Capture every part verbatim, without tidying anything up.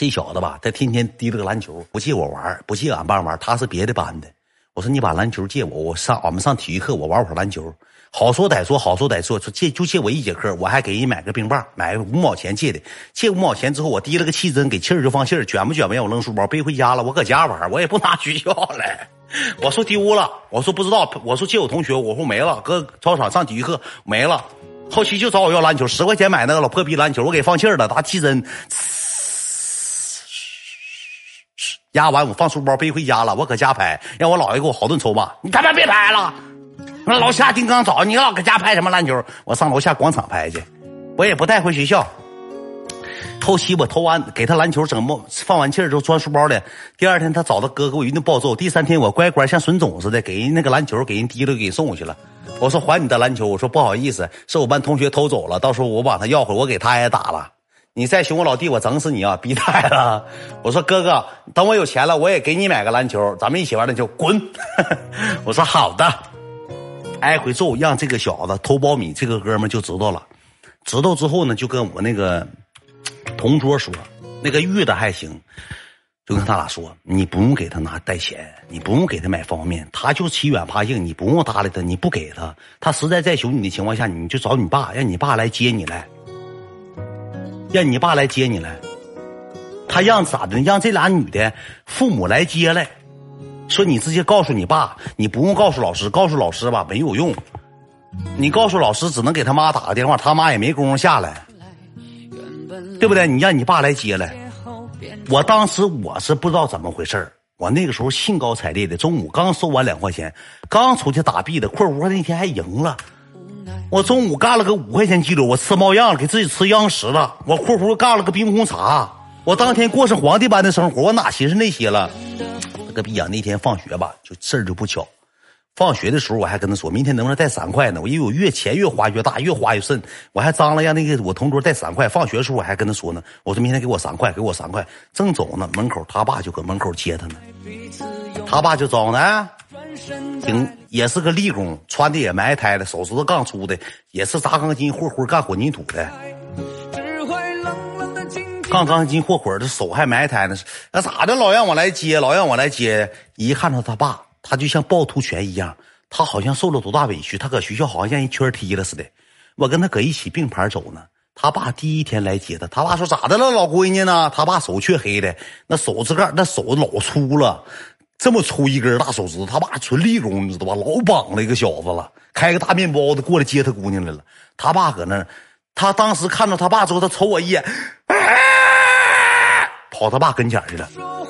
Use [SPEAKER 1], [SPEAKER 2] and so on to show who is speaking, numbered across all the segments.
[SPEAKER 1] 这小子吧，他天天提了个篮球，不借我玩，不借俺班玩，他是别的班的。我说你把篮球借我，我上我们上体育课，我玩会儿篮球。好说歹说，好说歹说，说借就借我一节课，我还给人买个冰棒，买五毛钱借的。借五毛钱之后，我提了个气针，给气儿就放气儿，卷不卷不让我扔书包，背回家了。我搁家玩，我也不拿学校来。我说丢了，我说不知道，我说借我同学，我说没了，搁操场上体育课没了。后期就找我要篮球，十块钱买那个老破逼篮球，我给放气儿了，拿气针。压完我放书包背回家了，我搁家拍，让我姥爷给我好顿抽骂。你他妈别拍了，那楼下丁刚找你，老搁家拍什么篮球？我上楼下广场拍去，我也不带回学校。后期我偷完给他篮球整放完气儿之后装书包的，第二天他找他哥给我一顿暴揍，第三天我乖乖像孙总似的给人那个篮球给人提了给送过去了。我说还你的篮球，我说不好意思，是我班同学偷走了，到时候我把他要回，我给他也打了。你再凶我老弟，我整死你啊！逼态了。我说哥哥，等我有钱了，我也给你买个篮球，咱们一起玩篮球，滚！我说好的。挨回揍，让这个小子偷苞米，这个哥们就知道了。知道之后呢，就跟我那个同桌说，那个玉的还行，就跟他俩说，你不用给他拿带钱，你不用给他买方便面，他就欺软怕硬，你不用搭理他，你不给他，他实在再凶你的情况下，你就找你爸，让你爸来接你来。让你爸来接你来，他让咋的？让这俩女的父母来接来，说你直接告诉你爸，你不用告诉老师，告诉老师吧没有用，你告诉老师只能给他妈打个电话，他妈也没工夫下来，对不对？你让你爸来接来。我当时我是不知道怎么回事，我那个时候兴高采烈的，中午刚收完两块钱，刚出去打币的，括弧那天还赢了。我中午干了个五块钱鸡柳，我吃冒样了，给自己吃央食了。我括弧干了个冰红茶，我当天过上皇帝般的生活，我哪寻思那些了？那个逼呀，那天放学吧，就事儿就不巧。放学的时候我还跟他说，明天能不能带三块呢？我因为我越钱越花越大，越花越深，我还张了让那个我同桌带三块。放学的时候我还跟他说呢，我说明天给我三块，给我三块。正走呢，门口他爸就搁门口接他呢，他爸就找呢。挺也是个力工，穿的也埋汰的，手指头杠粗的，也是砸钢筋混混干混凝土的，杠钢筋混混的手还埋汰呢。那咋的？老让我来接，老让我来接。一看到他爸，他就像趵突泉一样，他好像受了多大委屈，他搁学校好像让一圈踢了似的。我跟他搁一起并排走呢。他爸第一天来接他，他爸说咋的了，老闺女呢？他爸手黢黑的，那手指盖那手老粗了。这么粗一根大手指头，他爸纯力工，你知道吧？老绑了一个小子了，开个大面包的过来接他姑娘来了。他爸搁那儿，他当时看到他爸之后，他瞅我一眼，啊、跑他爸跟前去了。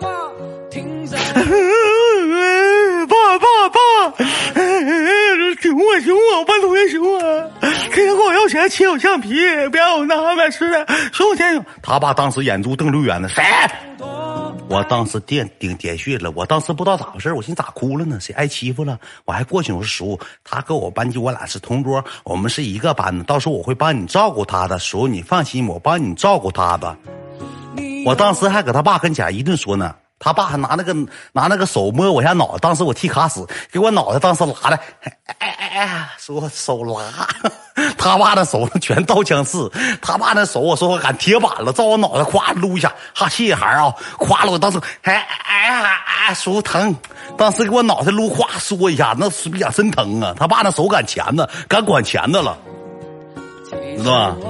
[SPEAKER 1] 爸爸爸，熊我熊我，我班同学熊我，天天跟我要钱，切我橡皮，不让我拿买吃的，熊我钱。他爸当时眼珠瞪溜圆的，谁？我当时点顶点穴了，我当时不知道咋回事，我寻思咋哭了呢？谁挨欺负了？我还过去我说叔，他跟我班级我俩是同桌，我们是一个班的，到时候我会帮你照顾他的，叔你放心，我帮你照顾他的。我当时还搁他爸跟前一顿说呢，他爸还拿那个拿那个手摸我一下脑袋，当时我替卡死，给我脑袋当时拉的，哎哎哎，说手拉，他爸的手全刀枪刺，他爸那手我说我敢铁板了，照我脑袋咵撸一下，哈谢谢孩儿啊，咵了我当时哎哎哎哎叔疼，当时给我脑袋撸咵说一下，那是比较真疼啊，他爸那手敢钳子，敢管钳子了，知道吧？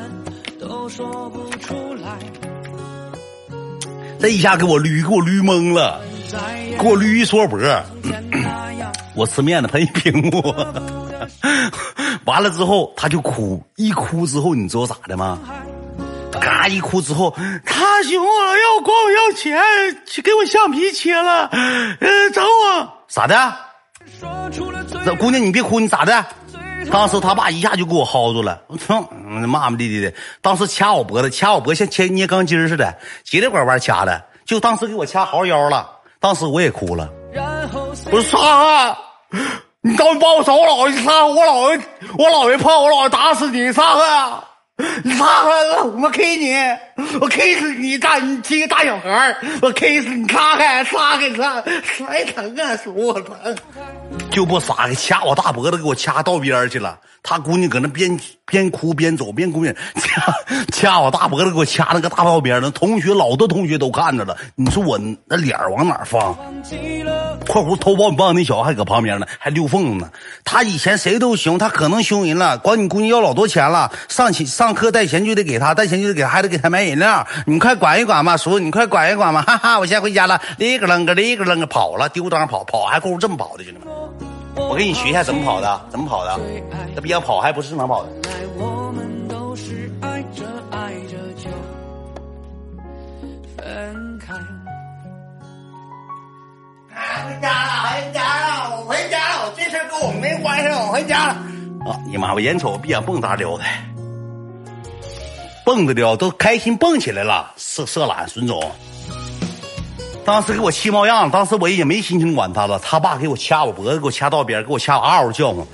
[SPEAKER 1] 这一下给我捋，给我捋懵了，给我捋一缩脖，我吃面子喷一屏幕，完了之后他就哭，一哭之后你知道咋的吗？嘎一哭之后，他熊我要管我要钱，去给我橡皮切了，呃，整我咋的？这姑娘你别哭，你咋的？当时他爸一下就给我薅住了，我操，骂骂咧咧的。当时掐我脖子，掐我脖子像切捏钢筋似的，急里拐弯掐的，就当时给我掐薅腰了。当时我也哭了，我说沙汉，你到底帮我找我姥爷沙汉，我姥爷我姥爷怕我姥爷打死你，沙汉，你沙汉，我 K 你，我 K 死你大你这个大小孩，我 K 死你，擦开擦开擦，太疼啊，叔我疼。 就不傻，给掐我大脖子，给我掐到边去了。他姑娘搁那边边哭边走，边哭边掐掐我大脖子，给我掐那个大道边了。同学老多同学都看着了，你说我那脸往哪放？括弧偷爆你棒那小子还搁旁边呢，还溜缝呢。他以前谁都凶，他可能凶人了，管你姑娘要老多钱了，上起上课带钱就得给他，带钱就得给他，还得给他买饮料。你快管一管吧，叔，你快管一管吧，哈哈，我先回家了，哩个楞个哩个楞个跑了，丢当跑跑还够这么跑的，兄弟们。我给你学一下怎么跑的，怎么跑的？这比较跑还不是正常跑的。我们都是爱着爱着就分开。啊，回家了，回家了，我回家了，我这事跟我没关系，我回家了。啊，你妈！我眼瞅闭眼蹦跶撩的，蹦的撩都开心蹦起来了，色色懒孙总。当时给我气冒样，当时我也没心情管他了。他爸给我掐我脖子，给我掐到边，给我掐嗷嗷叫唤。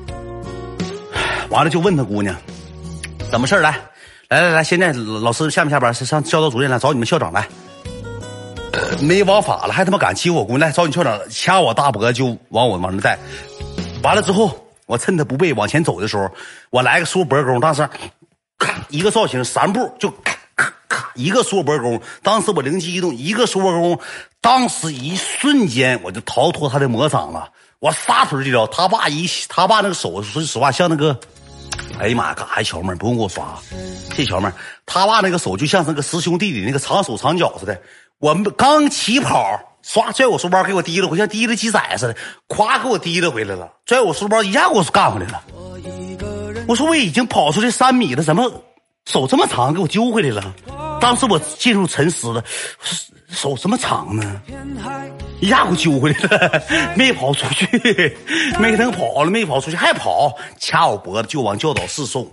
[SPEAKER 1] 完了就问他姑娘，怎么事来？来来来，现在老师下没下班？上教导主任来找你们校长来。呃、没王法了，还他妈敢欺负我姑娘？来找你校长，掐我大脖子就往我往那带。完了之后，我趁他不备往前走的时候，我来个缩脖弓，当时咔一个造型，三步就咔。一个缩脖弓，当时我灵机一动，一个缩脖弓，当时一瞬间我就逃脱他的魔掌了。我撒腿就撩他爸一，他爸那个手说实话像那个，哎呀妈，干啥瞧妹不用给我刷，这瞧妹他爸那个手就像那个师兄弟里那个长手长脚似的。我们刚起跑，唰拽我书包给我提了回，像提了鸡仔似的，咵给我提了回来了，拽我书包一下给我干回来了。我说我已经跑出去三米了，怎么手这么长给我揪回来了？当时我进入沉思了，手这么长呢，一下给我揪回来了，没跑出去，没等跑了，没跑出去还跑，掐我脖子就往教导室送，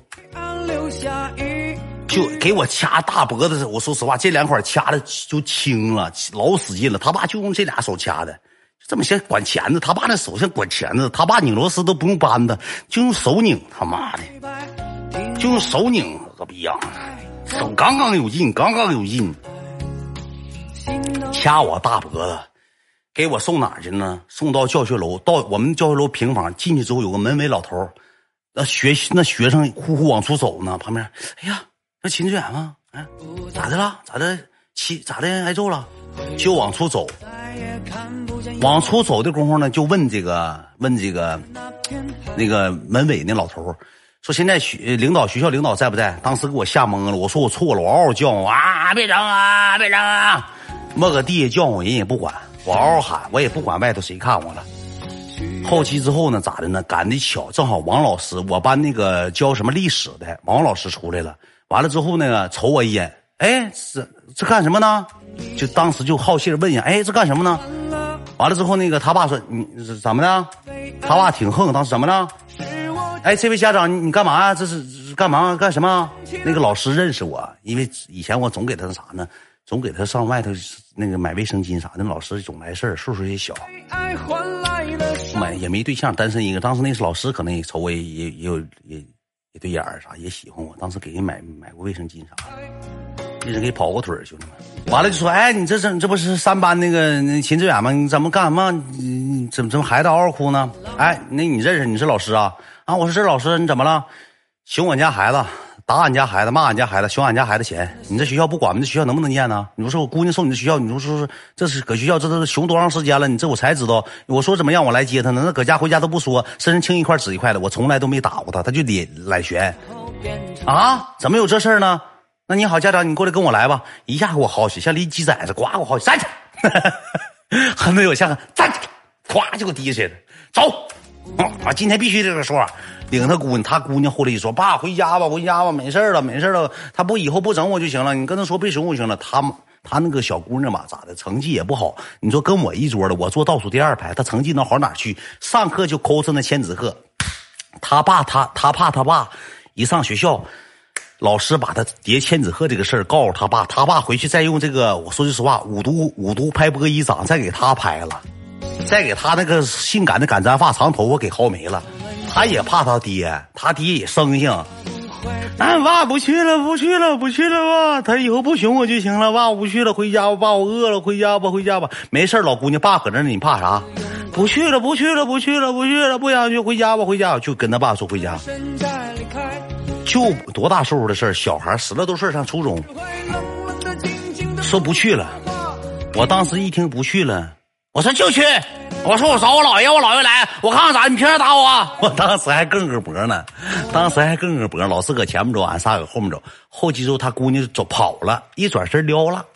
[SPEAKER 1] 就给我掐大脖子。我说实话，这两块掐的就轻了，老使劲了。他爸就用这俩手掐的，这么像管钳子，他爸那手像管钳子，他爸拧螺丝都不用扳的，就用手拧，他妈的，就用手拧，个逼样。手刚刚有劲，刚刚有劲，掐我大脖子，给我送哪儿去呢？送到教学楼，到我们教学楼平房进去之后，有个门卫老头，那学那学生呼呼往出走呢。旁边，哎呀，这秦志远吗？哎，咋的了？咋的？气咋的？挨揍了？就往出走，往出走的功夫呢，就问这个问这个那个门卫那老头。说现在学领导学校领导在不在？当时给我吓懵了。我说我错了，我嗷嗷叫唤啊，别整啊，别整啊！摸个地下叫唤人也不管，我嗷嗷喊，我也不管外头谁看我了。后期之后呢，咋的呢？赶得巧，正好王老师，我班那个教什么历史的王老师出来了。完了之后那个瞅我一眼，哎，这这干什么呢？就当时就好气问一下，哎，这干什么呢？完了之后那个他爸说，你怎么的？他爸挺横，当时怎么了？哎，这位家长，你你干嘛呀？这是干嘛干什么？那个老师认识我，因为以前我总给他啥呢？总给他上外头那个买卫生巾啥的。老师总来事儿，岁数也小，买也没对象，单身一个。当时那是老师，可能也瞅我也也也有也也对眼儿啥，也喜欢我。当时给人买买过卫生巾啥的，一直给跑过腿儿，兄弟们。完了就说，哎，你这这这不是三班那个那秦志远吗？你怎么干什么？你怎么怎么孩子嗷嗷哭呢？哎，那你认识你是老师啊？啊，我说这老师你怎么了？熊俺家孩子，打俺家孩子，骂俺家孩子，熊俺家孩子钱，你这学校不管吗？这学校能不能念呢？你说我姑娘送你这学校，你说说这是搁学校这都是熊多长时间了？你这我才知道。我说怎么让我来接他呢？那搁家回家都不说，身上青一块紫一块的，我从来都没打过他，他就得揽悬。啊，怎么有这事儿呢？那你好，家长，你过来跟我来吧。一下给我薅起，像离鸡崽子，呱给我薅起，站起，还没有像站起，咵就给我提起来了，走。啊！今天必须这个说，领他姑娘，他姑娘后来一说，爸回家吧，回家吧，没事了，没事了。他不以后不整我就行了，你跟他说别整我就行了。他他那个小姑娘嘛，咋的，成绩也不好。你说跟我一桌的，我坐倒数第二排，他成绩能好哪去？上课就抠着那千纸鹤。他爸他他怕他爸一上学校，老师把他叠千纸鹤这个事儿告诉他爸，他爸回去再用这个，我说句实话，五毒五毒拍波一掌，再给他拍了。再给他那个性感的赶簪发长头发给薅没了，他也怕他爹，他爹也生性。哎，爸不去了，不去了，不去了吧，他以后不熊我就行了，爸我不去了，回家吧，爸我饿了，回家吧，回家吧，没事老姑娘，爸搁这呢，你怕啥？ 不去了，不去了，不去了，不去了，不想去，回家吧，回家。就跟他爸说回家。就多大岁数的事儿，小孩十来多岁上初中，说不去了。我当时一听不去了，我说就去。我说我找我姥爷，我姥爷来，我看看咋，你凭啥打我啊？我当时还更个脖呢，当时还更个脖，老师搁前面走，俺仨搁后面走。后期之后，他姑娘走跑了，一转身撩了。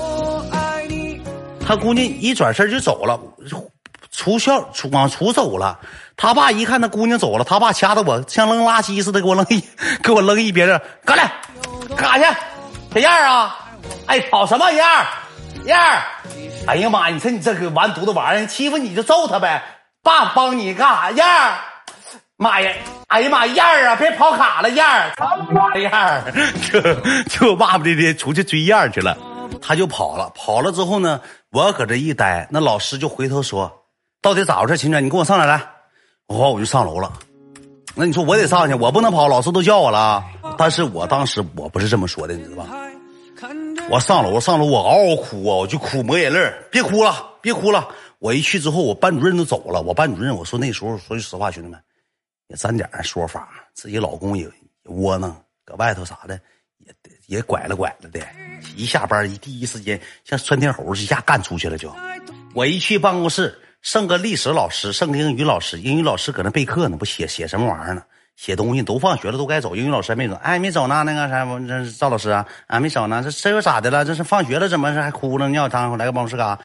[SPEAKER 1] 他姑娘一转身就走了，出校出往出走了。他爸一看他姑娘走了，他爸掐着我像扔垃圾似的，给我扔一给我扔一边儿，过来，干啥去？小燕儿啊，哎，跑什么燕儿？燕儿，哎呀妈，你说你这个完犊子玩意儿，欺负你就揍他呗。爸帮你干啥？燕儿，妈呀，哎呀妈，燕儿啊，别跑卡了，燕儿，燕儿，就就爸爸的的出去追燕儿去了，他就跑了，跑了之后呢，我搁这一待，那老师就回头说，到底咋回事？秦川，你跟我上来来。我我就上楼了。那你说我得上去，我不能跑，老师都叫我了。但是我当时我不是这么说的，你知道吧？我上楼上楼，我嗷嗷哭啊，我就哭抹眼泪，别哭了，别哭了。我一去之后，我班主任都走了。我班主任我说那时候说句实话，兄弟们也沾点说法，自己老公也也窝囊，搁外头啥的也也拐了拐了的。一下班一第一时间像窜天猴一下干出去了就。我一去办公室。剩个历史老师，剩个英语老师，英语老师搁那备课呢，不写写什么玩意儿呢？写东西都放学了，都该走。英语老师还没走，哎，没走呢，那个啥，这赵老师啊，啊没走呢，这这又咋的了？这是放学了，怎么是还哭了？尿汤来个办公室干啥？